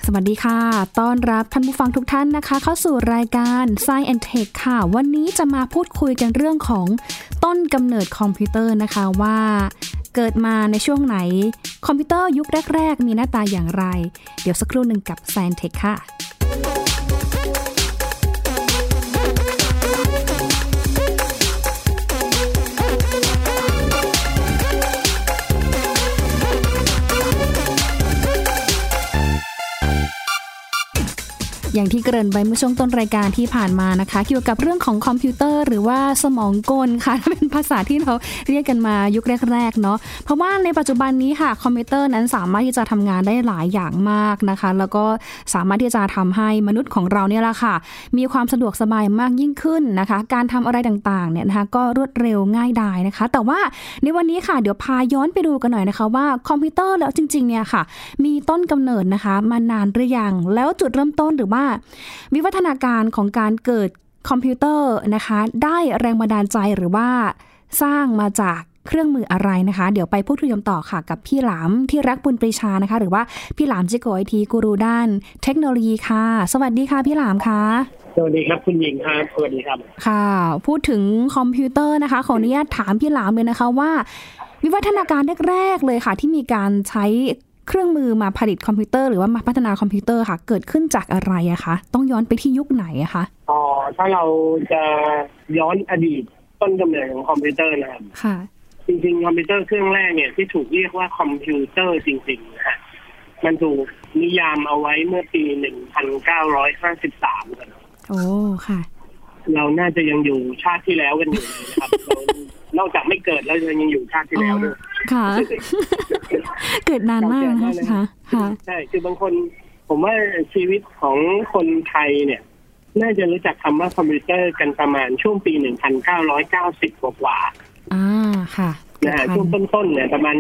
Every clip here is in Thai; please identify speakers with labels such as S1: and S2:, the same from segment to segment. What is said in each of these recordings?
S1: สวัสดีค่ะต้อนรับท่านผู้ฟังทุกท่านนะคะเข้าสู่รายการ Science and Tech ค่ะวันนี้จะมาพูดคุยกันเรื่องของต้นกำเนิดคอมพิวเตอร์นะคะว่าเกิดมาในช่วงไหนคอมพิวเตอร์ยุคแรกๆมีหน้าตาอย่างไรเดี๋ยวสักครู่หนึ่งกับ Science and Tech ค่ะอย่างที่เกริ่นไปเมื่อช่วงต้นรายการที่ผ่านมานะคะเกี่ยวกับเรื่องของคอมพิวเตอร์หรือว่าสมองกลค่ะเป็นภาษาที่เราเรียกกันมายุคแรกๆเนาะเพราะว่าในปัจจุบันนี้ค่ะคอมพิวเตอร์นั้นสามารถที่จะทำงานได้หลายอย่างมากนะคะแล้วก็สามารถที่จะทำให้มนุษย์ของเราเนี่ยแหละค่ะมีความสะดวกสบายมากยิ่งขึ้นนะคะการทำอะไรต่างๆเนี่ยนะคะก็รวดเร็วง่ายดายนะคะแต่ว่าในวันนี้ค่ะเดี๋ยวพาย้อนไปดูกันหน่อยนะคะว่าคอมพิวเตอร์แล้วจริงๆเนี่ยค่ะมีต้นกำเนิดนะคะมานานหรือยังแล้วจุดเริ่มต้นหรือว่าวิวัฒนาการของการเกิดคอมพิวเตอร์นะคะได้แรงบันดาลใจหรือว่าสร้างมาจากเครื่องมืออะไรนะคะเดี๋ยวไปพูดคุยกันต่อค่ะกับพี่หลามที่รักบุญปรีชานะคะหรือว่าพี่หลามจิโกไอทีกูรูด้านเทคโนโลยีค่ะสวัสดีค่ะพี่หลามค่ะ
S2: สวัสดีครับคุณหญิงครับสวัสดีครับ
S1: ค่ะพูดถึงคอมพิวเตอร์นะคะขออนุญาตถามพี่หลามเลยนะคะว่าวิวัฒนาการแรกๆเลยค่ะที่มีการใช้เครื่องมือมาผลิตคอมพิวเตอร์หรือว่ามาพัฒนาคอมพิวเตอร์ค่ะเกิดขึ้นจากอะไรอะคะต้องย้อนไปที่ยุคไหนอะคะ
S2: ถ้าเราจะย้อนอดีตต้นกำเนิดของคอมพิวเตอร์นะครับ
S1: ค่ะ
S2: จริงๆคอมพิวเตอร์เครื่องแรกเนี่ยที่ถูกเรียกว่าคอมพิวเตอร์จริงๆนะฮะมันถูกนิยามเอาไว้เมื่อปี1953ครับ
S1: โอ้ค่ะ
S2: เราน่าจะยังอยู่ชาติที่แล้วกันอยู่นะครับนอกจากไม่เกิดแล้วยังอยู่ชาติที่แล้วด้วย
S1: ค่ะเกิดนานมากนะคะค่ะ
S2: ใช่คือบางคนผมว่าชีวิตของคนไทยเนี่ยน่าจะรู้จักคำว่าคอมพิวเตอร์กันประมาณช่วงปี1990กว่า
S1: ค่ะ
S2: ช่วงต้นๆเนี่ยประมาณ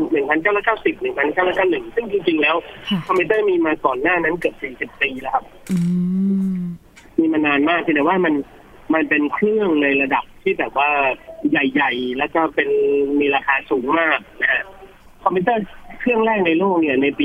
S2: 1990 1991ซึ่งจริงๆแล้วคอมพิวเตอร์มีมาก่อนหน้านั้นเกือบ40 ปีแล้วครับมีมานานมากแต่ว่ามันเป็นเครื่องในระดับที่แบบว่าใหญ่ๆแล้วก็เป็นมีราคาสูงมากนะฮะคอมพิวเตอร์เครื่องแรกในโลกเนี่ยในปี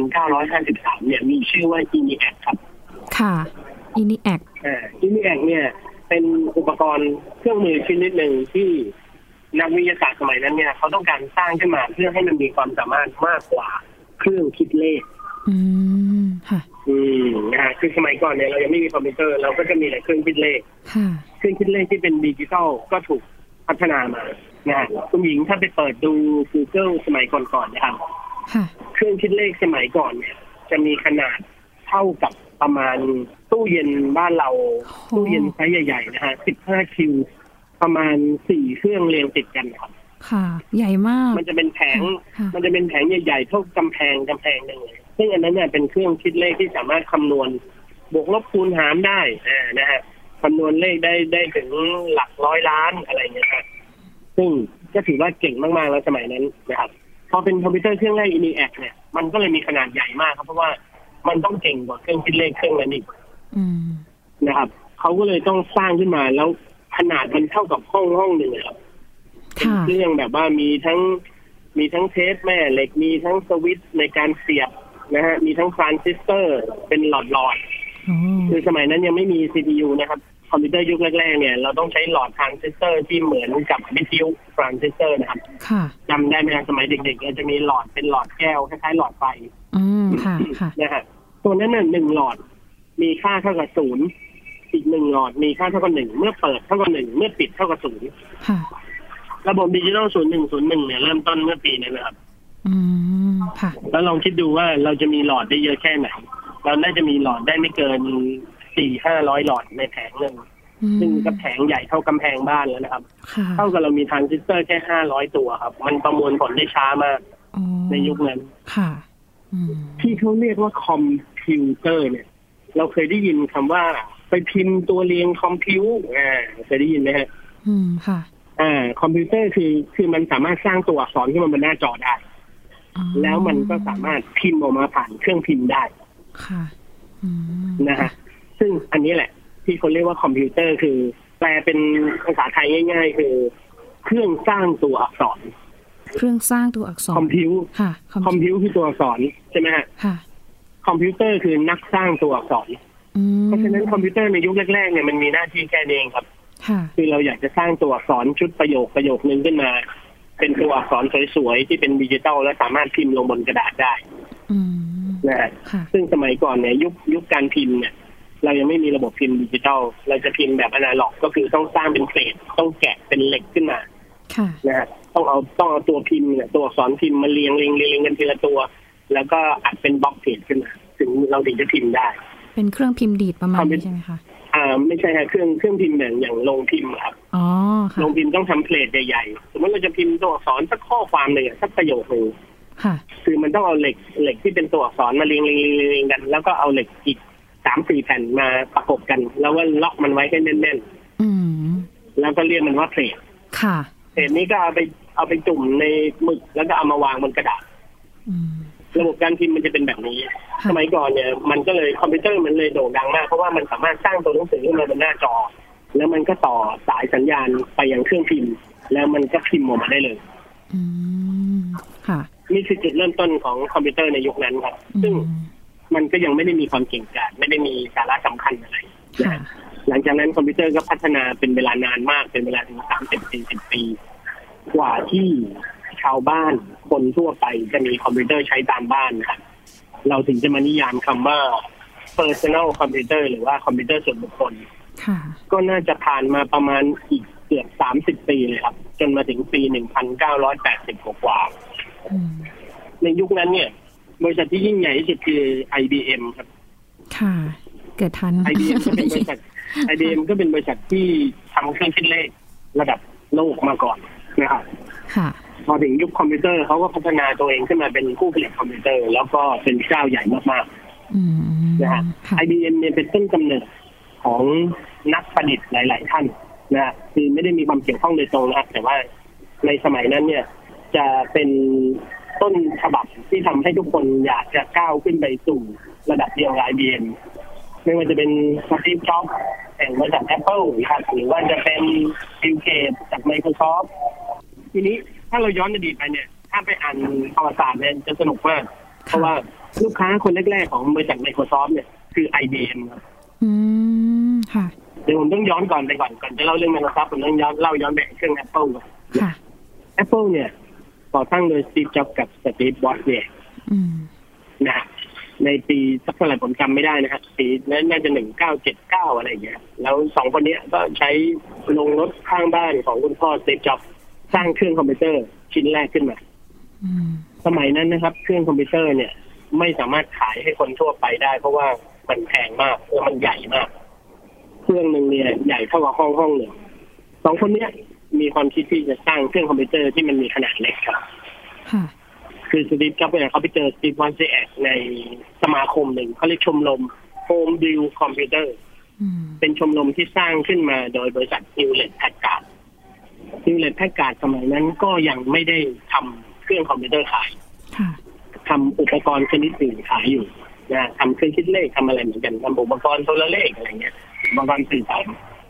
S2: 1953เนี่ยมีชื่อว่า ENIAC ครับ
S1: ค่ะ ENIAC
S2: ENIAC เนี่ยเป็นอุปกรณ์เครื่องมือชนิดหนึ่งที่นักวิทยาศาสตร์สมัยนั้นเนี่ยเขาต้องการสร้างขึ้นมาเพื่อให้มันมีความสามารถมากกว่าเครื่องคิดเลข
S1: ค่ะ
S2: คือสมัยก่อนเนี่ยเรายังไม่มีคอมพิวเตอร์เราก็จะมีแต่เครื่องคิดเลขเครื่องคิดเลขที่เป็นดิจิทัลก็ถูกพัฒนามาคุณหญิงถ้าไปเปิดดู Google สมัยก่อนๆนะครับเครื่องคิดเลขสมัยก่อนเนี่ยจะมีขนาดเท่ากับประมาณตู้เย็นบ้านเราตู้เย็นไซส์ใหญ่ๆนะฮะ15 คิวประมาณ4 เครื่องเรียงติดกันครับ
S1: ค่ะใหญ่มาก
S2: มันจะเป็นแผงใหญ่ๆเท่ากำแพงหนึ่งเลยซึ่งอันนั้นเนี่ยเป็นเครื่องคิดเลขที่สามารถคำนวณบวกลบคูณหารได้นะฮะคำนวณเลขได้ถึงหลักร้อยล้านอะไรเงี้ยครับซึ่งก็ถือว่าเก่งมากๆแล้วสมัยนั้นนะครับพอเป็นคอมพิวเตอร์เครื่องแรก ENIAC เนี่ยมันก็เลยมีขนาดใหญ่มากครับเพราะว่ามันต้องเก่งกว่าเครื่องคิดเลขเครื่องนั้นอีกนะครับเขาก็เลยต้องสร้างขึ้นมาแล้วขนาดมันเท่ากับห้องหนึ่งครับเป็นเครื่องแบบว่ามีทั้งเทปแม่เหล็กมีทั้งสวิตช์ในการเสียบนะฮะมีทั้งทรานซิสเตอร์เป็นหลอดคือสมัยนั้นยังไม่มี CPU นะครับคอมพิวเตอร์ยุคแรกๆเนี่ยเราต้องใช้หลอดทรานซิสเตอร์ที่เหมือนกับวิทยุทรานซิสเตอร์นะครับจำได้ไหมครับสมัยเด็กๆเราจะมีหลอดเป็นหลอดแก้วคล้ายๆหลอดไฟนะฮะตัวนั้นน่ะ1 หลอดมีค่าเท่ากับ0อีก1 หลอดมีค่าเท่ากับ1เมื่อเปิดเท่ากับ1เมื่อปิดเท่ากับ0ระบบดิจิทัล0101เนี่ยเริ่มต้นเมื่อปีนั้นนะครับแล้วลองคิดดูว่าเราจะมีหลอดได้เยอะแค่ไหนเราน่าจะมีหลอดได้ไม่เกิน 400-500 หลอดในแผงนึงซึ่งก็แผงใหญ่เท่ากำแพงบ้านแล้วนะครับเท่ากับเรามีทรานซิสเตอร์แค่500 ตัวครับมันประมวลผลได้ช้ามากในยุคนั้นที่เขาเรียกว่าคอมพิวเตอร์เนี่ยเราเคยได้ยินคำว่าไปพิมพ์ตัวเรียงคอมพิวเคยได้ยินไหมฮะ
S1: ค่ะ
S2: คอมพิวเตอร์คือมันสามารถสร้างตัวอักษรขึ้นมาบนหน้าจอได้แล้วมันก็สามารถพิมพ์ออกมาผ่านเครื่องพิมพ์ได้
S1: ค่ะ
S2: นะฮะซึ่งอันนี้แหละที่เขาเรียกว่าคอมพิวเตอร์คือแปลเป็นภาษาไทยง่ายๆคือเครื่องสร้างตัวอักษร
S1: เครื่องสร้างตัวอักษร
S2: คอมพิวค่ะคอมพิวคือตัวอักษรใช่ไหมฮะ
S1: ค่ะ
S2: คอมพิวเตอร์คือนักสร้างตัวอักษรเพราะฉะนั้นคอมพิวเตอร์ในยุคแรกๆเนี่ยมันมีหน้าที่แค่นี้เองครับคือเราอยากจะสร้างตัวอักษรชุดประโยคนึงขึ้นมาเป็นตัวอักษรสวยๆที่เป็นดิจิตอลและสามารถพิมพ์ลงบนกระดาษได้นะฮะซึ่งสมัยก่อนเนี่ยยุคการพิมพ์เนี่ยเรายังไม่มีระบบพิมพ์ดิจิตอลเราจะพิมพ์แบบอนาล็อกก็คือต้องสร้างเป็นเศษต้องแกะเป็นเหล็กขึ้นมานะฮะต้องเอาตัวพิมพ์เนี่ยตัวอักษรพิมพ์มาเรียงกันทีละตัวแล้วก็อัดเป็นบล็อกเพจขึ้นมาถึงเราถึงจะพิมพ์ได้
S1: เป็นเครื่องพิมพ์ดีดประมาณนี้ใช่ไหมคะ
S2: ไม่ใช่ค่ะเครื่องพิมพ์อย่างโรงพิมพ์ครับโรงพิมพ์ต้องทำเพลทใหญ่ๆสมมติเราจะพิมพ์ตัวอักษรสักข้อความหนึ่งสักประโยคนึงคือมันต้องเอาเหล็กที่เป็นตัวอักษรมาเรียงกันแล้วก็เอาเหล็กอีก 3-4 แผ่นมาประกบกันแล้วก็ล็อกมันไว้ให้แน่นๆแล้วก็เรียกมันว่าเพลทเพลทนี้ก็เอาไปจุ่มในหมึกแล้วก็เอามาวางบนกระดาษระบบการพิมพ์มันจะเป็นแบบนี้สมัยก่อนเนี่ยมันก็เลยคอมพิวเตอร์มันเลยโด่งดังมากเพราะว่ามันสามารถสร้างตัวหนังสือขึ้นมาบนหน้าจอแล้วมันก็ต่อสายสัญญาณไปยังเครื่องพิมพ์แล้วมันก็พิมพ์ออกมาได้เลยนี่คือจุดเริ่มต้นของคอมพิวเตอร์ในยุคนั้นครับซึ่งมันก็ยังไม่ได้มีความเก่งกาจไม่ได้มีสาระสำคัญอะไรหลังจากนั้นคอมพิวเตอร์ก็พัฒนาเป็นเวลานานมากเป็นเวลาถึง 30-40 ปีกว่าที่ชาวบ้านคนทั่วไปจะมีคอมพิวเตอร์ใช้ตามบ้านครับเราถึงจะมานิยามคำว่า personal computer หรือว่าคอมพิวเตอร์ส่วนบุคคลก็น่าจะผ่านมาประมาณอีกเกือบ30 ปีเลยครับจนมาถึงปี 1980 กว่าในยุคนั้นเนี่ยบริษัทที่ยิ่งใหญ่ที่สุดคือ IBM ครับ
S1: ค่ะเกิดทัน
S2: IBM ก็เป็นบริษัท IBM ก็เป็นบริษัทที่ทำเครื่องคิดเลขระดับโลกมาก่อนนะครับพอถึงยุคคอมพิวเตอร์เขาก็พัฒนาตัวเองขึ้นมาเป็นผู้ผลิตคอมพิวเตอร์แล้วก็เป็นเจ้าใหญ่มากๆนะฮะ IBM เนี่ยเป็นต้นกำเนิดของนักประดิษฐ์หลายๆท่านนะคือไม่ได้มีความเกี่ยวข้องโดยตรงนะครับแต่ว่าในสมัยนั้นเนี่ยจะเป็นต้นฉบับที่ทำให้ทุกคนอยากจะก้าวขึ้นไปสู่ระดับเดียวกับ IBM ไม่ว่าจะเป็นสตีฟ จ็อบส์แห่งบริษัท Apple นะครับหรือว่าจะเป็นบิล เกตส์จาก Microsoft ทีนี้ถ้าเราย้อนอดีตไปเนี่ยถ้าไปอ่านประวัติศาสตร์เนี่ยจะสนุกมากเพราะว่าลูกค้าคนแรกๆของบริษัท Microsoft เนี่ยคือ IBM ครับ
S1: ค่ะ
S2: เดี๋ยวผมต้องย้อนก่อนจะเล่าเรื่อง Microsoft ผมต้องเล่าย้อนไปเครื่อง Apple ก่อนค่ะ Apple เนี่ยก่อตั้งโดยสตีฟ จ็อบส์กับสตีฟ วอซเนียร์นะในปีสักเท่าไหร่ผมจำไม่ได้นะครับปีนั้นน่าจะ1979อะไรอย่างเงี้ยแล้ว2คนนี้ก็ใช้ลงรถข้างบ้านของคุณพ่อสตีฟ จ็อบส์สร้างเครื่องคอมพิวเตอร์ชิ้นแรกขึ้นมาสมัยนั้นนะครับเครื่องคอมพิวเตอร์เนี่ยไม่สามารถขายให้คนทั่วไปได้เพราะว่ามันแพงมากและมันใหญ่มากเครื่องนึงเนี่ยใหญ่เท่ากับห้องหนึ่ง2คนนี้มีความคิดที่จะสร้างเครื่องคอมพิวเตอร์ที่มันมีขนาดเล็กครับคือสตีฟ จ็อบส์เนี่ยเขาไปเจอสตีฟ วอซเนียร์ในสมาคมหนึ่งเขาเรียกชมรม Home Deal Computer เป็นชมรมที่สร้างขึ้นมาโดยบริษัท Hewlett-Packard Hewlett-Packard สมัยนั้นก็ยังไม่ได้ทำเครื่องคอมพิวเตอร์ขายทำอุปกรณ์ชนิดอื่นขายอยู่นะทำเครื่องคิดเลขทำอะไรเหมือนกันทำอุปกรณ์โทรเลขอะไรเงี้ยอุปกรณ์สื่อสาร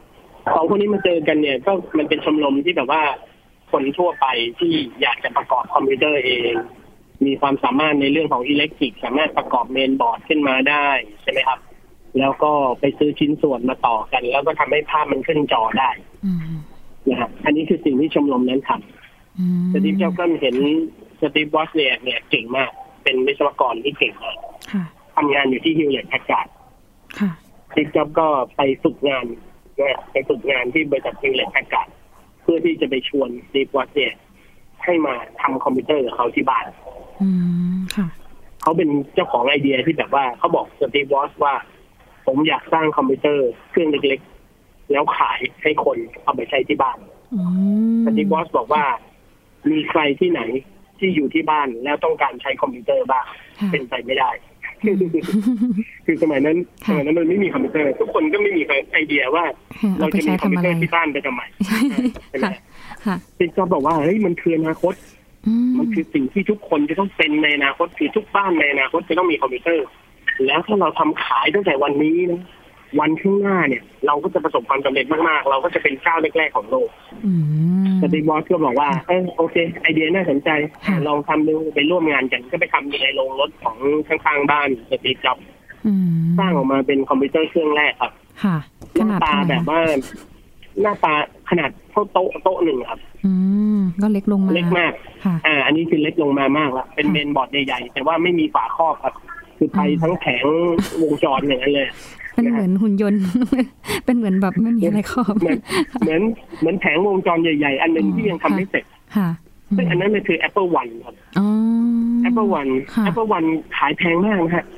S2: 2คนนี้มาเจอกันเนี่ยก็มันเป็นชมรมที่แบบว่าคนทั่วไปที่อยากจะประกอบคอมพิวเตอร์เองมีความสามารถในเรื่องของอิเล็กทริกสามารถประกอบเมนบอร์ดขึ้นมาได้ใช่ไหมครับแล้วก็ไปซื้อชิ้นส่วนมาต่อกันแล้วก็ทำให้ภาพมันขึ้นจอได้นะครับอันนี้คือสิ่งที่ชมรมนั้นทำสตีฟ จ็อบส์ก็เห็นสตีฟ วอซเนียร์เนี่ยเก่งมากเป็นวิศวกรที่เก่งมากทำงานอยู่ที่ Hewlett-Packard สตีฟ จ็อบส์ก็ไปฝึกงานที่บริษัท Hewlett-Packard เพื่อที่จะไปชวนสตีฟ วอซเนียร์ให้มาทำคอมพิวเตอร์กับเขาที่บ้านเขาเป็นเจ้าของไอเดียที่แบบว่าเขาบอกสตีฟ วอซว่าผมอยากสร้างคอมพิวเตอร์เครื่องเล็กๆแล้วขายให้คนเอาไปใช้ที่บ้านสตีฟ วอซบอกว่ามีใครที่ไหนที่อยู่ที่บ้านแล้วต้องการใช้คอมพิวเตอร์บ้างเป็นไปไม่ได้คือสมัยนั้นมันไม่มีคอมพิวเตอร์ทุกคนก็ไม่มีไอเดียว่าเราจะมีคอมพิวเตอร์ที่บ้านไปทำไมที่ก็บอกว่าเฮ้ยมันคืออนาคตมันคือสิ่งที่ทุกคนจะต้องเป็นในอนาคตคือทุกบ้านในอนาคตจะต้องมีคอมพิวเตอร์แล้วถ้าเราทำขายตั้งแต่วันนี้นะวันข้างหน้าเนี่ยเราก็จะประสบความสำเร็จมากๆเราก็จะเป็นเจ้าแรกๆของโลกสตีฟ จ็อบส์ก็บอกว่าโอเคไอเดียน่าสนใจลองทำดูไปร่วมงานกันก็ไปทำอยู่ในโรงรถของข้างๆบ้านสตีฟ จ็อบส์สร้างออกมาเป็นคอมพิวเตอร์เครื่องแรกครับหน้าตาแบบว่าหน้าตาขนาดเท่าโต๊ะหนึ่งครับ
S1: ก็เล็กลงมา
S2: เล็กมากอันนี้คือเล็กลงมามากแล้วเป็นเมนบอร์ดใหญ่ๆแต่ว่าไม่มีฝาครอบครับคือไปทั้งแผงวงจรอย่างนั้นเลย
S1: เป็นเหมือนหุ่นยนต์เป็นเหมือนแบบไม่มีอะไรครอบ
S2: เหมือนแผงวงจรใหญ่ๆอันนึงที่ยังทำไม่เสร็จซึ่งอันนั้นมันคือ Apple One ครับ Apple One ขายแพงมากนะฮะ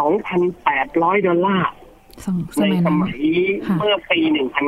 S2: $2,800ในสมัยเมื่อปี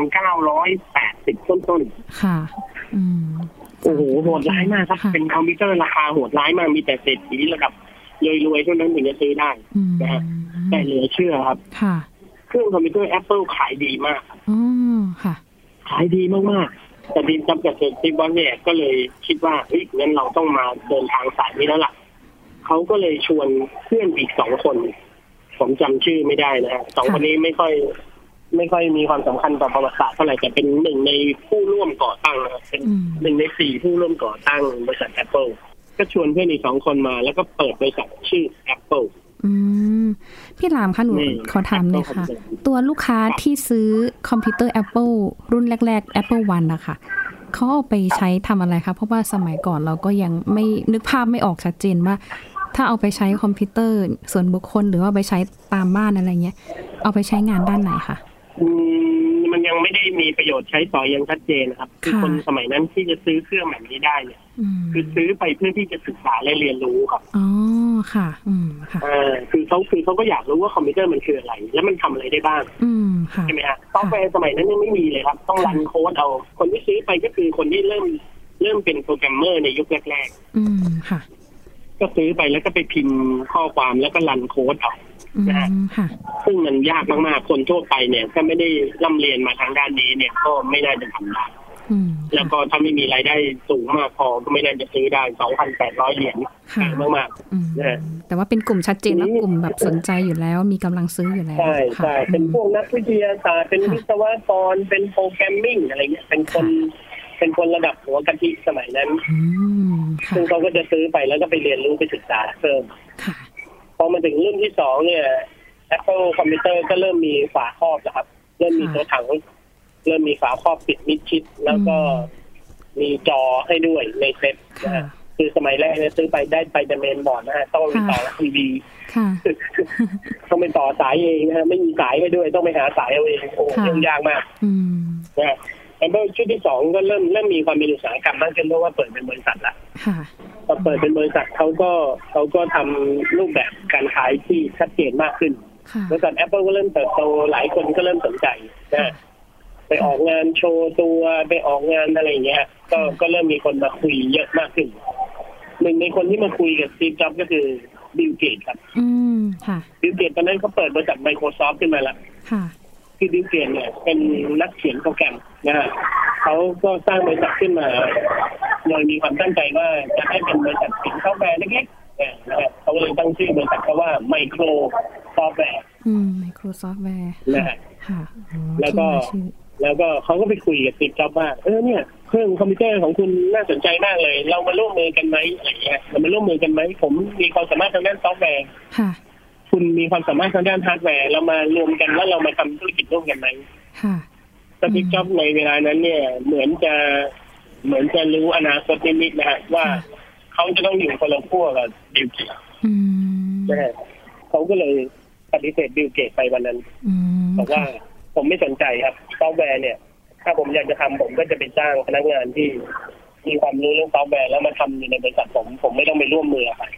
S2: 1980ต้นๆค่ะโอ้โหโหดร้ายมากครับเป็นคอมพิวเตอร์ราคาโหดร้ายมากมีแต่เศรษฐีระดับรวยๆเท่านั้นถึงจะซื้อได้นะฮะแต่เหลือเชื่อครับเครื่องคอมพิวเตอร์ Apple ขายดีมากขายดีมากๆแต่ดีจับกับสตีฟ จ็อบส์เนี่ยก็เลยคิดว่างั้นเราต้องมาเดินทางสายนี้แล้วล่ะเขาก็เลยชวนเพื่อนอีก2 คนผมจำชื่อไม่ได้นะฮะ2 คนนี้ไม่ค่อยมีความสำคัญต่อประวัติศาสตร์เท่าไหร่แต่เป็น1ในผู้ร่วมก่อตั้งนะครับเป็น1ใน4ผู้ร่วมก่อตั้งบริษัท Apple ก็ชวนเพื่อนอีก2 คนมาแล้วก็เปิดบริษัทชื่อ Apple
S1: พี่หลามคะหนูขอถามเลยค่ะตัวลูกค้าที่ซื้อคอมพิวเตอร์ Apple รุ่นแรกๆ Apple One นะคะเขาเอาไปใช้ทำอะไรคะเพราะว่าสมัยก่อนเราก็ยังไม่นึกภาพไม่ออกชัดเจนว่าถ้าเอาไปใช้คอมพิวเตอร์ส่วนบุคคลหรือว่าไปใช้ตามบ้านอะไรเงี้ยเอาไปใช้งานด้านไหนคะ
S2: มันยังไม่ได้มีประโยชน์ใช้ต่อยังชัดเจนนะครับคือคนสมัยนั้นที่จะซื้อเครื่องแบบนี้ได้เนี่ยคือซื้อไปเพื่อที่จะศึกษาและเรียนรู้ครับ
S1: อ๋อค่ะค่ะ
S2: คือเขาก็อยากรู้ว่าคอมพิวเตอร์มันคืออะไรแล้วมันทำอะไรได้บ้างใช่ไหมฮะซอฟต์แวร์สมัยนั้นยังไม่มีเลยครับต้องรันโค้ดเอาคนที่ซื้อไปก็คือคนที่เริ่มเป็นโปรแกรมเมอร์ในยุคแรก
S1: ๆค่ะ
S2: ก็ซื้อไปแล้วก็ไปพิมพ์ข้อความแล้วก็รันโค้ดเอานะฮะซึ่งมันยากมากๆคนทั่วไปเนี่ยถ้าไม่ได้ร่ำเรียนมาทางด้านนี้เนี่ยก็ไม่น่าจะทำได้แล้วก็ถ้าไม่มีรายได้สูงมากพอก็ไม่น่าจะซื้อได้ 2,800 เหรียญแพงมากๆนะ
S1: แต่ว่าเป็นกลุ่มชัดเจนและกลุ่มแบบสนใจอยู่แล้วมีกำลังซื้ออยู่แล้ว
S2: ใช่เป็นพวกนักวิทยาศาสตร์เป็นวิศวกรเป็นโปรแกรมมิ่งอะไรเงี้ยเป็นคนระดับหัวกะทิสมัยนั้นซึ่งเขาก็จะซื้อไปแล้วก็ไปเรียนรู้ไปศึกษาเพิ่มพอมาถึงรุ่นที่2เนี่ย Apple คอมพิวเตอร์ก็เริ่มมีฝาครอบแล้วครับเริ่มมีตัวถังเริ่มมีฝาครอบปิดมิดชิดแล้วก็มีจอให้ด้วยในเซ็ตนะฮะคือสมัยแรกเนี่ยซื้อไปได้ไปแต่เมนบอร์ดนะฮะต้องไปต่อทีวีต้องไปต่อสายเองนะฮะไม่มีสายให้ด้วยต้องไปหาสายเอาเองโอ้ยุ่งยากมากนะ Apple ชุดที่2ก็เริ่มมีความเป็นอุตสาหกรรมมากขึ้นเพราะว่าเปิดเป็นบริษัทละพอเปิดเป็นบริษัทเขาก็ทำรูปแบบการขายที่ชัดเจนมากขึ้นบริษัท Apple ก็เริ่มเติบโตหลายคนก็เริ่มสนใจนะไปออกงานโชว์ตัวไปออกงานอะไรอย่างเงี้ยก็เริ่มมีคนมาคุยเยอะมากขึ้นหนึ่งในคนที่มาคุยกับสตีฟ จ็อบส์ก็คือบิล เกตส์ครับบิล เกตส์ตอนนั้นเขาเปิดบริษัท Microsoft ขึ้นมาแล้วคือบิล เกตส์เนี่ยเป็นนักเขียนโปรแกรมนะฮะเขาก็สร้างบริษัทขึ้นมาโดยมีความตั้งใจว่าจะให้เป็นบริษัทสินค้าแบรนด์เล็กๆนะฮะเขาเลยตั้งชื่อบริษัทเขาว่าไมโครซอฟต์แวร์นะฮะแล้วก็เขาก็ไปคุยกับสตีฟ จ็อบส์ว่าเนี่ยเครื่องคอมพิวเตอร์ของคุณน่าสนใจมากเลยเรามาร่วมมือกันไหมอะไรเงี้ยเรามาร่วมมือกันไหมผมมีความสามารถทางด้านซอฟต์แวร์คุณมีความสามารถทางด้านฮาร์ดแวร์เรามารวมกันแล้วเรามาทำธุรกิจร่วมกันไหมสตีฟ จ็อบส์ในเวลานั้นเนี่ยเหมือนจะรู้อนาคตนิดๆนะฮะว่าเขาจะต้องอยู่คนละขั้วกับบิล เกตส์นะฮะเขาก็เลยปฏิเสธบิล เกตส์ไปวันนั้นบอกว่าผมไม่สนใจครับซอฟต์แวร์เนี่ยถ้าผมอยากจะทำผมก็จะไปจ้างพนักงานที่มีความรู้เรื่องซอฟต์แวร์แล้วมาทำอยู่ในบริษัทผมไม่ต้องไปร่วมมือใคร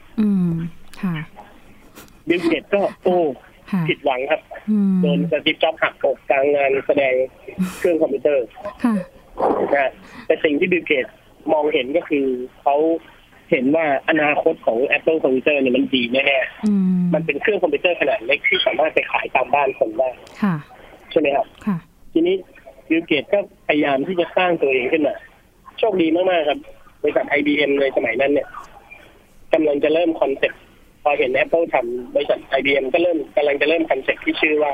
S2: บิล เกตส์ก็ผิดหวังครับโดนสตีฟ จ็อบส์หักอกกลางงานแสดงเครื่องคอมพิวเตอร์นะแต่สิ่งที่บิล เกตส์มองเห็นก็คือเขาเห็นว่าอนาคตของ Apple คอมพิวเตอร์เนี่ยมันดีแน่ๆมันเป็นเครื่องคอมพิวเตอร์ขนาดเล็กที่สามารถไปขายตามบ้านคนได้ใช่ไหมครับทีนี้บิล เกตส์ก็พยายามที่จะสร้างตัวเองขึ้นมาโชคดีมากๆครับบริษัท IBM ในสมัยนั้นเนี่ยกำลังจะเริ่มคอนเซ็ปต์พอเห็น Apple ทำบริษัท IBM ก็กำลังจะเริ่มคอนเซ็ปต์ที่ชื่อว่า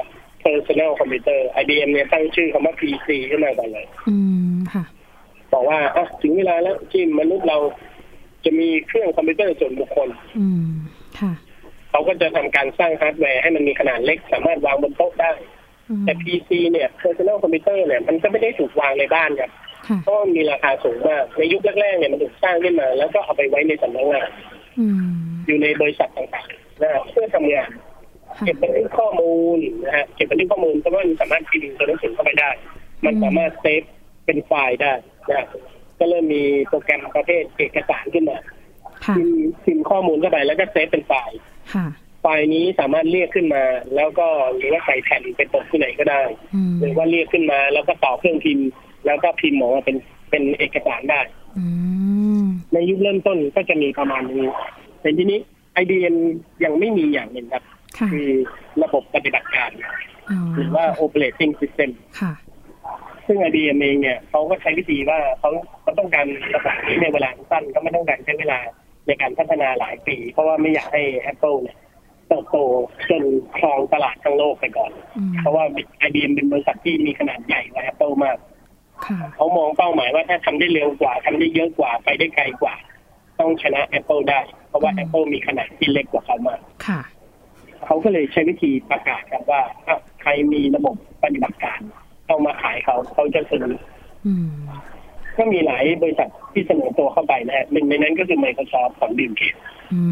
S2: personal computer IBM เนี่ยตั้งชื่อคำว่า PC ขึ้นมาก่อนเลย
S1: ค่ะ
S2: บอกว่าถึงเวลาแล้วที่มนุษย์เราจะมีเครื่องคอมพิวเตอร์ส่วนบุคคล
S1: ค่ะ
S2: เขาก็จะทำการสร้างฮาร์ดแวร์ให้มันมีขนาดเล็กสามารถวางบนโต๊ะได้แต่ PC เนี่ย personal computer เนี่ยมันก็ไม่ได้ถูกวางในบ้านครับเพราะมีราคาสูงมากในยุคแรกๆเนี่ยมันถูกสร้างขึ้นมาแล้วก็เอาไปไว้ในสำนักงานอยู่ในบริษัทต่างๆนะเพื่อทำงานเก็บบันทึกข้อมูลนะฮะเก็บบันทึกข้อมูลเพราะว่ามันสามารถพิมพ์ตัวหนังสือเข้าไปได้มันสามารถเซฟเป็นไฟล์ได้นะก็เริ่มมีโปรแกรมประเภทเอกสารขึ้นมาพิมพ์ข้อมูลเข้าไปแล้วก็เซฟเป็นไฟล์ไฟล์นี้สามารถเรียกขึ้นมาแล้วก็หรือว่าใส่แผ่นไปตกที่ไหนก็ได้หรือว่าเรียกขึ้นมาแล้วก็ต่อเครื่องพิมพ์แล้วก็พิมพ์ออกมาเป็นเอกสารได้ในยุคเริ่มต้นก็จะมีประมาณนี้แต่ทีนี้ IBM ยังไม่มีอย่างหนึ่งครับคือระบบปฏิบัติการหรือว่า operating system ซึ่ง IBM เองเนี่ยเขาก็ใช้วิธีว่าเขาต้องการระบบนี้ในเวลาสั้นก็ไม่ต้องการใช้เวลาในการพัฒนาหลายปีเพราะว่าไม่อยากให้ Apple เนี่ยเติบโตจนครองตลาดทั้งโลกไปก่อนเพราะว่า IBM เป็นบริษัทที่มีขนาดใหญ่กว่า Apple มากเขามองเป้าหมายว่าถ้าทำได้เร็วกว่าทำได้เยอะกว่าไปได้ไกลกว่าต้องชนะ Apple ได้เพราะว่า Apple มีขนาดที่เล็กกว่าเขามากเขาก็เลยใช้วิธีประกาศครับว่าใครมีระบบปฏิบัติการต้องมาขายเขาจะซื้อก็มีหลายบริษัทที่เสนอตัวเข้าไปนะฮะหนึ่งในนั้นก็คือ Microsoft ของบิลเกตส์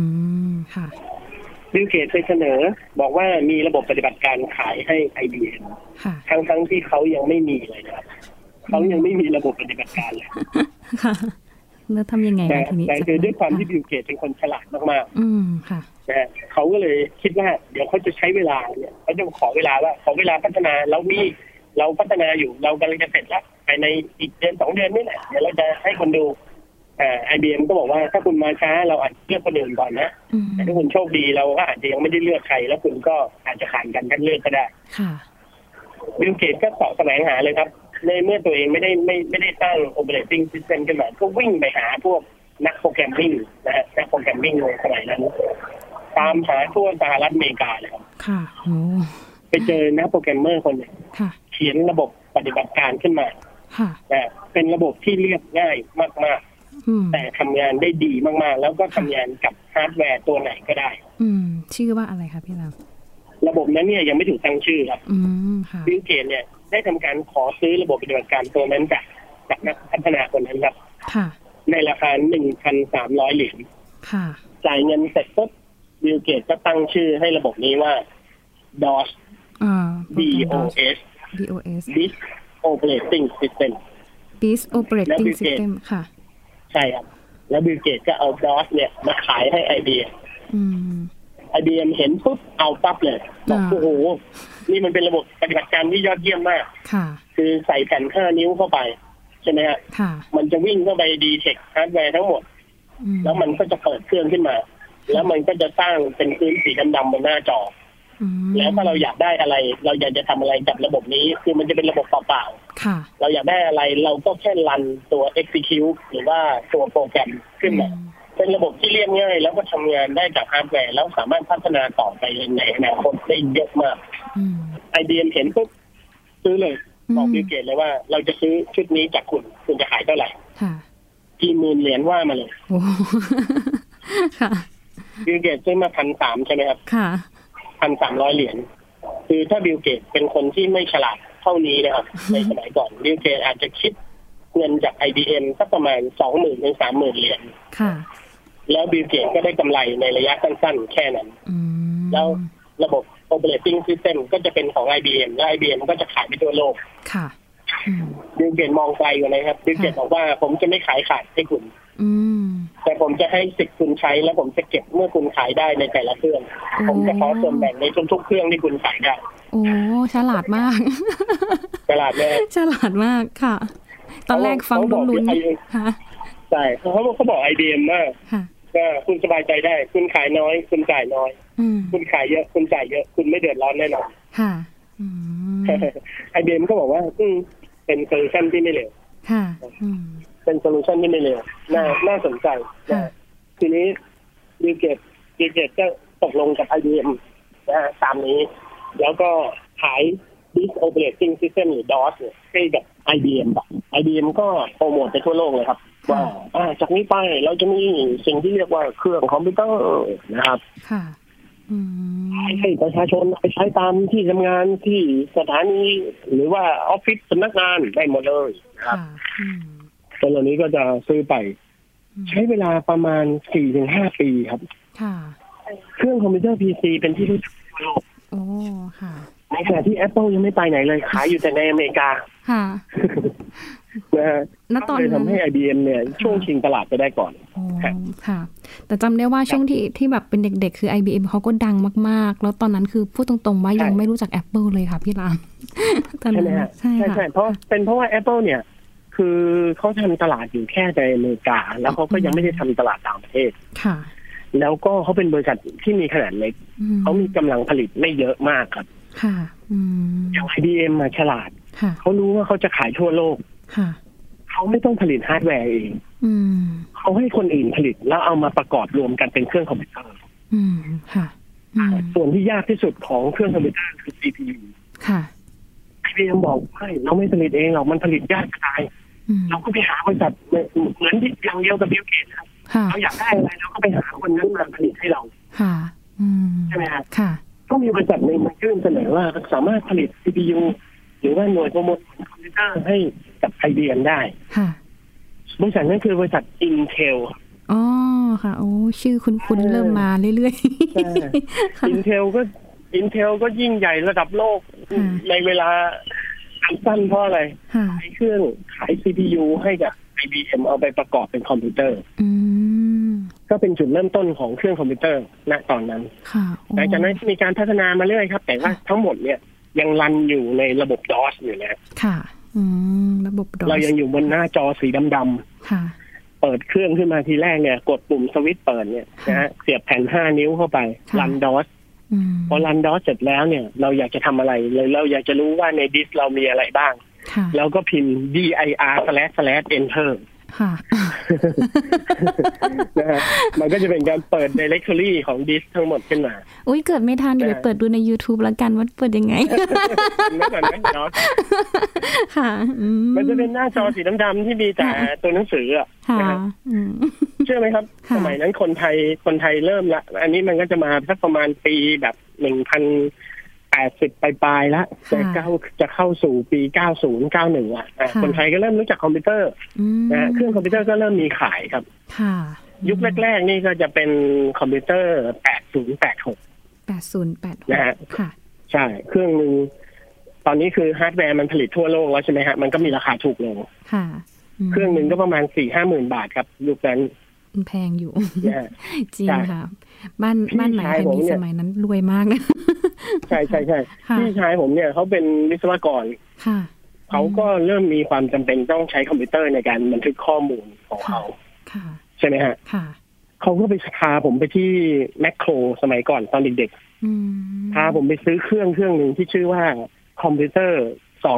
S2: บิลเกตส์เคยเสนอบอกว่ามีระบบปฏิบัติการขายให้ IBM ทั้งที่เขายังไม่มีเลยนะครับเขายังไม่มีระบบปฏิบัติการเลย
S1: แล้วทำยังไง
S2: แต่คือด้วยความที่บิลเกตส์เป็นคนฉลาดมากๆนะเขาก็เลยคิดว่าเดี๋ยวเขาจะใช้เวลาเนี่ยเขาจะขอเวลาพัฒนาเราพัฒนาอยู่เรากำลังจะเสร็จแล้วภายในอีกเดือน2 เดือนนี่แหละเดี๋ยวเราจะให้คนดูIBM ก็บอกว่าถ้าคุณมาช้าเราอาจเลือกคนอื่นก่อนนะแต่ถ้าคุณโชคดีเราก็อาจจะยังไม่ได้เลือกใครแล้วคุณก็อาจจะผ่านกันคัดเลือกก็ได้บิลเกตส์ก็เสาะแสวงหาเลยครับในเมื่อตัวเองไม่ได้ตั้ง operating system ขึ้นมาก็วิ่งไปหาพวกนักโปรแกรมมิ่งนะฮะนักโปรแกรมมิ่งในสมัยนั้นตามหาทั่วสหรัฐอเมริกาเลยครับไปเจอนักโปรแกรมเมอร์คนหนึ่งเขียนระบบปฏิบัติการขึ้นมาเป็นระบบที่เรียบง่ายมากๆแต่ทำงานได้ดีมากๆแล้วก็ทำงานกับฮาร์ดแวร์ตัวไหนก็ได้
S1: ชื่อว่าอะไรคะพี่เรา
S2: ระบบนั้นเนี่ยยังไม่ถูกตั้งชื่อครับบิลเกตส์เนี่ยได้ทำการขอซื้อระบบปฏิบัติการตัวนั้นจากนักพัฒนาคนนั้นครับในราคา $1,300 จ่ายเงินเสร็จปุ๊บบิลเกตส์ก็ตั้งชื่อให้ระบบนี้ว่า DOS DOS Disk Operating System
S1: Disk Operating System ค่ะ
S2: ใช่ครับแล้วบิลเกตส์ก็เอา DOS เนี่ยมาขายให้ IBM IBM เห็นปุ๊บเอาปั๊บเลยบอกโอ้โหนี่มันเป็นระบบปฏิบัติการที่ยอดเยี่ยมมากคือใส่แผ่น5 นิ้วเข้าไปใช่ไหมฮะมันจะวิ่งเข้าไปดีเทคฮาร์ดแวร์ทั้งหมดแล้วมันก็จะเปิดเครื่องขึ้นมาแล้วมันก็จะสร้างเป็นพื้นสีดำๆบนหน้าจอแล้วถ้าเราอยากได้อะไรเราอยากจะทำอะไรกับระบบนี้คือมันจะเป็นระบบเปล่าๆเราอยากได้อะไรเราก็แค่รันตัว execute หรือว่าตัวโปรแกรมขึ้นมาเป็นระบบที่เรียบง่ายแล้วก็ทำงานได้จากฮาร์ดแวร์แล้วสามารถพัฒนาต่อไปในอนาคตได้เยอะมากIBM เห็นปุ๊บซื้อเลยบอกบิลเกตส์เลยว่าเราจะซื้อชุดนี้จากคุณจะขายเท่าไหร่กี่หมื่นเหรียญว่ามาเลยบิลเกตส์ซื้อมา 1,300 ใช่ไหมครับ1,300 เหรียญคือถ้าบิลเกตส์เป็นคนที่ไม่ฉลาดเท่านี้นะครับในสมัยก่อนบิลเกตส์อาจจะคิดเงินจาก IBM สักประมาณ 20,000 ถึง 30,000 เหรียญแล้วบิลเกตส์ก็ได้กำไรในระยะสั้นๆแค่นั้นแล้วระบบ operating system ก็จะเป็นของ IBM และ IBM ก็จะขายไปทั่วโลกบิลเกตส์มองไกลกว่านั้นครับบิลเกตส์บอกว่าผมจะไม่ขายขาดให้คุณแต่ผมจะให้สิทธิ์คุณใช้แล้วผมจะเก็บเมื่อคุณขายได้ในแต่ละเครื่องผมจะขอส่วนแบ่งในทุกๆเครื่องที่คุณขายได้
S1: โอ้ฉลาดมาก
S2: ฉลาดมาก
S1: ฉลาดมากค่ะตอนแรกฟังลุ้นๆค่ะ
S2: ใช่เขาบอก IBM มากก็คุณสบายใจได้คุณขายน้อยคุณจ่ายน้อยคุณขายเยอะคุณจ่ายเยอะคุณไม่เดือดร้อนแน่นอน
S1: ค่ะ
S2: IBM ก็บอกว่าเป็นโซลูชันที่ไม่เลวเป็นโซลูชันที่ไม่เลวน่าสนใจทีนี้บิลเกตส์ก็ตกลงกับ IBM นะฮะตามนี้แล้วก็ขาย Disk Operating System หรือ DOS เนี่ยให้กับ IBM แบบ IBM ก็โปรโมทไปทั่วโลกเลยครับว่าจากนี้ไปเราจะมีสิ่งที่เรียกว่าเครื่องคอมพิวเตอร์นะครับให้ประชาชนไปใช้ตามที่ทำงานที่สถานีหรือว่าออฟฟิศสำนักงานได้หมดเลยนะครับตัวเหล่านี้ก็จะซื้อไปใช้เวลาประมาณ 4-5 ปีครับเครื่องคอมพิวเตอร์ PC เป็นที่รู้จักทั่วโลกในขณะที่ Apple ยังไม่ไปไหนเลยขายอยู่แต่ในอเมริกานะฮะก็เลยทำให้ IBM เนี่ยช่วงชิงตลาดไปได้ก่อน
S1: ค่ะแต่จำได้ว่าช่วงที่แบบเป็นเด็กๆคือ IBM เขาก็ดังมากๆแล้วตอนนั้นคือพูดตรงๆว่ายังไม่รู้จัก Apple เลยค่ะพี่ราม
S2: ใช่ไหมฮะใช่เพราะว่า Apple เนี่ยคือเขาทำตลาดอยู่แค่ในอเมริกาแล้วเขาก็ยังไม่ได้ทำตลาดต่างประเทศ
S1: ค่ะ
S2: แล้วก็เขาเป็นบริษัทที่มีขนาดเล็กเขามีกำลังผลิตไม่เยอะมากครับ
S1: ค่ะ
S2: อย่าง IBM มาฉลาดเขารู้ว่าเขาจะขายทั่วโลกเขาไม่ต้องผลิตฮาร์ดแวร์เองเขาให้คนอื่นผลิตแล้วเอามาประกอบรวมกันเป็นเครื่องคอมพิวเตอร์ส่วนที่ยากที่สุดของเครื่องคอมพิวเตอร์คือ CPU
S1: ค่ะ
S2: IBM บอกให้เราไม่ผลิตเองหรอกมันผลิตยากจะตายเราก็ไปหาบริษัทเหมือนที่อย่างเดียวกับบิลเกตครับเราอยากได้อะไรเราก็ไปหาคนนั้นมาผลิตให้เราใช่ไหมครับก็มีบริษัทหนึ่งมายื่นเสนอว่าสามารถผลิต CPU หรือว่าหน่วยโปรโมทคอมพิวเตอร์ให้กับ IBM ได้บริษัทนั้นคือบริษัท Intel
S1: อ๋อค่ะโอ้ชื่อคุ้นๆเริ่มมาเรื่อย
S2: ๆ Intel ก็ยิ่งใหญ่ระดับโลกในเวลาสั้นเพราะอะไรขายเครื่องขาย CPU ให้กับ IBM เอาไปประกอบเป็นคอมพิวเตอร์ก็เป็นจุดเริ่มต้นของเครื่องคอมพิวเตอร์ณตอนนั้นหลังจากนั้นมีการพัฒนามาเรื่อยครับแต่ว่าทั้งหมดเนี่ยยังรันอยู่ในระบบ DOS อยู่นะ
S1: ค่ะระบบ DOS
S2: เรายังอยู่บนหน้าจอสีดำๆเปิดเครื่องขึ้นมาทีแรกเนี่ยกดปุ่มสวิตช์เปิดเนี่ยนะฮะเสียบแผ่น5 นิ้วเข้าไปรัน DOS พอรัน DOS เสร็จแล้วเนี่ยเราอยากจะทำอะไรเลยเราอยากจะรู้ว่าในดิสเรามีอะไรบ้างแล้วก็พิมพ์ dir//enter นะฮะมันก็จะเป็นการเปิด directory ของดิสทั้งหมดขึ้นมา
S1: อุ้ยเกิดไม่ทันเดี๋ยวไปเปิดดูใน YouTube แล้วกันว่าเปิดยังไง
S2: นั่นก่อนนะเนาะค่ะมันจะเป็นหน้าจอสีดำๆที่มีแต่ตัวหนังสืออ่ะเชื่อไหมครับสมัยนั้นคนไทยเริ่มละอันนี้มันก็จะมาสักประมาณปีแบบ1080ปลายๆแล้วจะเข้าสู่ปี90 91คนไทยก็เริ่มรู้จักคอมพิวเตอร์นะเครื่องคอมพิวเตอร์ก็เริ่มมีขายครับยุคแรกๆนี่ก็จะเป็นคอมพิวเตอร์8086นะฮะใช่เครื่องนึงตอนนี้คือฮาร์ดแวร์มันผลิตทั่วโลกแล้วใช่ไหมฮะมันก็มีราคาถูกลงเครื่องนึงก็ประมาณ 4-5 หมื่นบาทครับยุคนั้น
S1: แพงอยู่จริงค่ะบ้านไหนใครมีสมัยนั้นรวยมากนะ
S2: ใช่พี่ชายผมเนี่ยเขาเป็นวิศวกรเขาก็เริ่มมีความจำเป็นต้องใช้คอมพิวเตอร์ในการบันทึกข้อมูลของเขาใช่ไหมฮะเขาก็ไปพาผมไปที่แมคโครสมัยก่อนตอนเด็กๆพาผมไปซื้อเครื่องหนึ่งที่ชื่อว่าคอมพิวเตอร์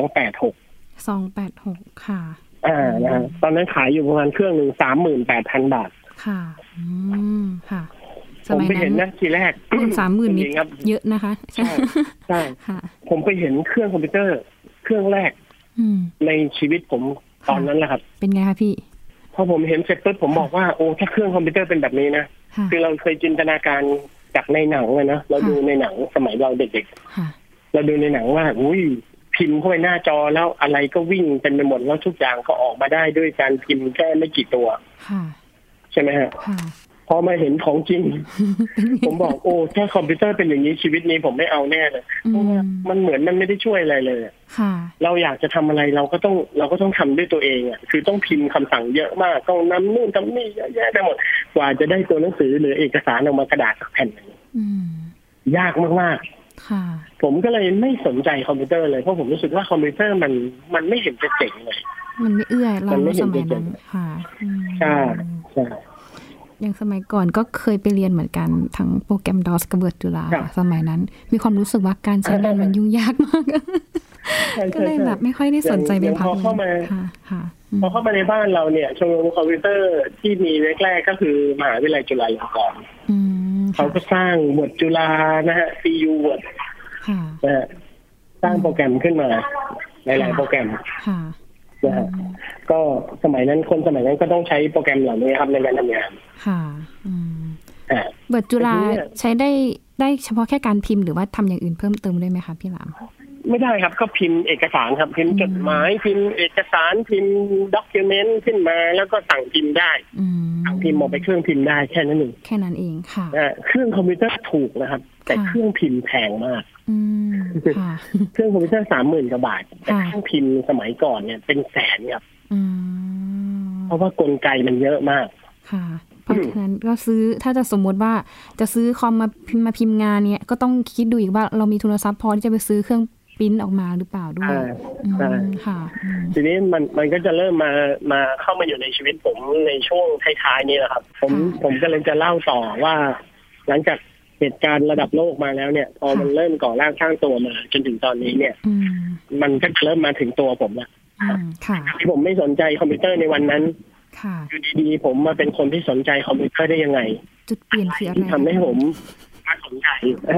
S2: 286ค่ะนะตอนนั้นขายอยู่ประมาณเครื่องหนึ่ง 38,000 บาท
S1: ค่ะค่ะ
S2: ผมไปเห็นนะทีแรก
S1: 30,000 นี่เยอะนะคะ
S2: ใช่ค่ะผมไปเห็นเครื่องคอมพิวเตอร์เครื่องแรกในชีวิตผมตอนนั้นแหละครับ
S1: เป็นไงคะพี่
S2: พอผมเห็นเสร็จปุ๊บผมบอกว่าโอ้ถ้าเครื่องคอมพิวเตอร์เป็นแบบนี้นะคือเราเคยจินตนาการจากในหนังเลยนะเราดูในหนังสมัยเราเด็กๆเราดูในหนังว่าอุ้ยพิมพ์เข้าไปหน้าจอแล้วอะไรก็วิ่งเป็นไปหมดแล้วทุกอย่างก็ออกมาได้ด้วยการพิมพ์แค่ไม่กี่ตัวใช่ไหมฮะพอมาเห็นของจริง ผมบอกโอ้ถ้าคอมพิวเตอร์เป็นอย่างนี้ชีวิตนี้ผมไม่เอาแน่เลยเพราะว่ามันเหมือนมันไม่ได้ช่วยอะไรเลยเราอยากจะทำอะไรเราก็ต้องทำด้วยตัวเองอ่ะคือต้องพิมพ์คำสั่งเยอะมากต้องนำนู่นทำนี่เยอะแยะไปหมดกว่าจะได้ตัวหนังสือหรือเอกสารออกมากระดาษสักแผ่นยากมากๆผมก็เลยไม่สนใจคอมพิวเตอร์เลยเพราะผมรู้สึกว่าคอมพิวเตอร์มันไม่เห็นจะเจ๋งเลย
S1: มันไม่เอื้อเราสมัยนั้นค่ะ
S2: ใช่
S1: อย่างสมัยก่อนก็เคยไปเรียนเหมือนกันทั้งโปรแกรม DOS กับ Word จุฬาสมัยนั้นมีความรู้สึกว่าการใช้งานมันยุ่งยากมากก็เลยแบบไม่ค่อยได้สนใจเป็นพัก
S2: พอเข้ามาในบ้านเราเนี่ยชมรมคอมพิวเตอร์ที่มีแรกๆก็คือมหาวิทยาลัยจุฬาลงกรณ์เขาก็สร้าง Word จุฬานะฮะ CU Word นะฮะสร้างโปรแกรมขึ้นมาหลายๆโปรแกรมนะฮะก็สมัยนั้นก็ต้องใช้โปรแกรมเหล่านี้ครับในการทำงาน
S1: ค่ะเบิร์ดจุฬาใช้ได้เฉพาะแค่การพิมพ์หรือว่าทำอย่างอื่นเพิ่มเติมได้ไหมคะพี่หลาม
S2: ไม่ได้ครับก็พิมพ์เอกสารครับพิมพ์จดหมายพิมพ์เอกสารพิมพ์ด็อกิวเมนต์ขึ้นมาแล้วก็สั่งพิมพ์ได้สั่งพิมพ์ออกไปเครื่องพิมพ์ได้แค่นั้นเอง
S1: ค่ะ
S2: เครื่องคอมพิวเตอร์ถูกนะครับแต่เครื่องพิมพ์แพงมากเครื่องคอมพิวเตอร์ 30,000 กว่าบาทแต่เครื่องพิมพ์สมัยก่อนเนี่ยเป็นแสนครับเพราะว่ากลไกมันเยอะมาก
S1: ค่ะเพราะฉะนั้นก็ซื้อถ้าจะสมมติว่าจะซื้อคอมมาพิมพ์งานเนี่ยก็ต้องคิดดูอีกว่าเรามีทุนทรัพย์พอที่จะไปซื้อเครื่องปริ้นออกมาหรือเปล่าด้วยค่ะ
S2: ทีนี้มันก็จะเริ่มมาเข้ามาอยู่ในชีวิตผมในช่วงท้ายๆนี้แหละครับผมก็เลยจะเล่าต่อว่าหลังจากเหตุการณ์ระดับโลกมาแล้วเนี่ยพอมันเริ่มก่อร่างสร้างตัวมาจนถึงตอนนี้เนี่ยมันก็เริ่มมาถึงตัวผมแล้วที่ผมไม่สนใจคอมพิวเตอร์ในวันนั้นอยู่ดีๆผมมาเป็นคนที่สนใจคอมพิวเตอร์ได้ยังไง
S1: จุดเปลี่ยนคืออะไร
S2: ทำให้ผมมาสนใจ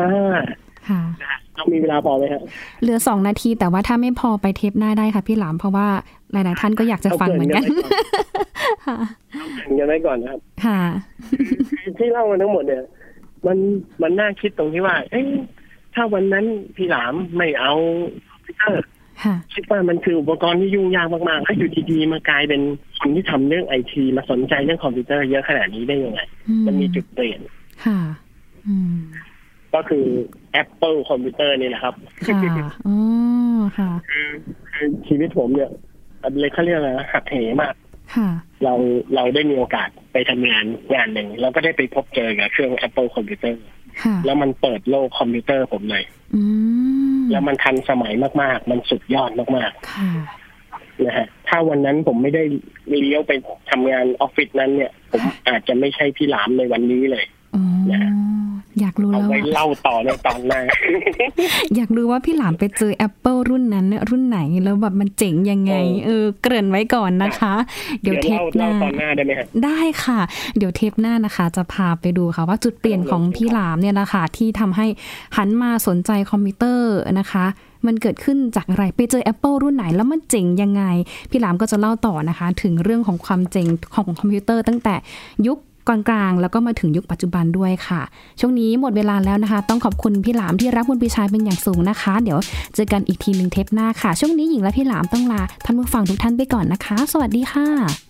S2: เรามีเวลาพอไหมครับ
S1: เหลือ2 นาทีแต่ว่าถ้าไม่พอไปเทปหน้าได้ค่ะพี่หลามเพราะว่าหลายๆท่านก็อยากจะฟังเหมือนกัน
S2: ค่ะยังไงก่อนนะครับ
S1: ค่ะ
S2: ที่เล่ามาทั้งหมดเนี่ยมันน่าคิดตรงที่ว่าถ้าวันนั้นพี่หลามไม่เอาคอมพิวเตอร์คิดว่ามันคืออุปกรณ์ที่ยุ่งยากมากๆถ้าอยู่ดีๆมากลายเป็นคนที่ทำเรื่องไอทีมาสนใจเรื่องคอมพิวเตอร์เยอะขนาดนี้ได้ยังไงมันมีจุดเปลี่ยน
S1: ค่ะ
S2: ก็คือ Apple คอมพิวเตอร์นี่แหละครับ
S1: ค่ะ
S2: คือชีวิตผมเนี่ยเลยเขาเรียกอะไรหักเหมากเราได้มีโอกาสไปทำงานหนึ่งแล้วก็ได้ไปพบเจอกับเครื่อง Apple คอมพิวเตอร์แล้วมันเปิดโลกคอมพิวเตอร์ผมเลยแล้วมันทันสมัยมากๆมันสุดยอดมากๆนะฮะถ้าวันนั้นผมไม่ได้เลี้ยวไปทำงานออฟฟิศนั้นเนี่ยผมอาจจะไม่ใช่พี่หลามในวันนี้เลยนะ
S1: อยากรู้แล้ว
S2: เอาไว้เล่าต่อในตอนหน้า
S1: อยากรู้ว่าพี่หลามไปเจอ Apple รุ่นนั้นรุ่นไหนแล้วแบบมันเจ๋งยังไงเกริ่นไว้ก่อนนะคะเดี๋ยวเทปหน้า
S2: ตอนหน้าได้ไหมครับ
S1: ได้ค่ะเดี๋ยวเทปหน้านะคะจะพาไปดูค่ะว่าจุดเปลี่ยนของพี่หลามเนี่ยนะคะที่ทำให้หันมาสนใจคอมพิวเตอร์นะคะมันเกิดขึ้นจากอะไรไปเจอ Apple รุ่นไหนแล้วมันเจ๋งยังไงพี่หลามก็จะเล่าต่อนะคะถึงเรื่องของความเจ๋งของคอมพิวเตอร์ตั้งแต่ยุคกลางๆแล้วก็มาถึงยุคปัจจุบันด้วยค่ะช่วงนี้หมดเวลาแล้วนะคะต้องขอบคุณพี่หลามที่รักบุญปีชายเป็นอย่างสูงนะคะเดี๋ยวเจอกันอีกทีนึงเทปหน้าค่ะช่วงนี้หญิงและพี่หลามต้องลาท่านผู้ฟังทุกท่านไปก่อนนะคะสวัสดีค่ะ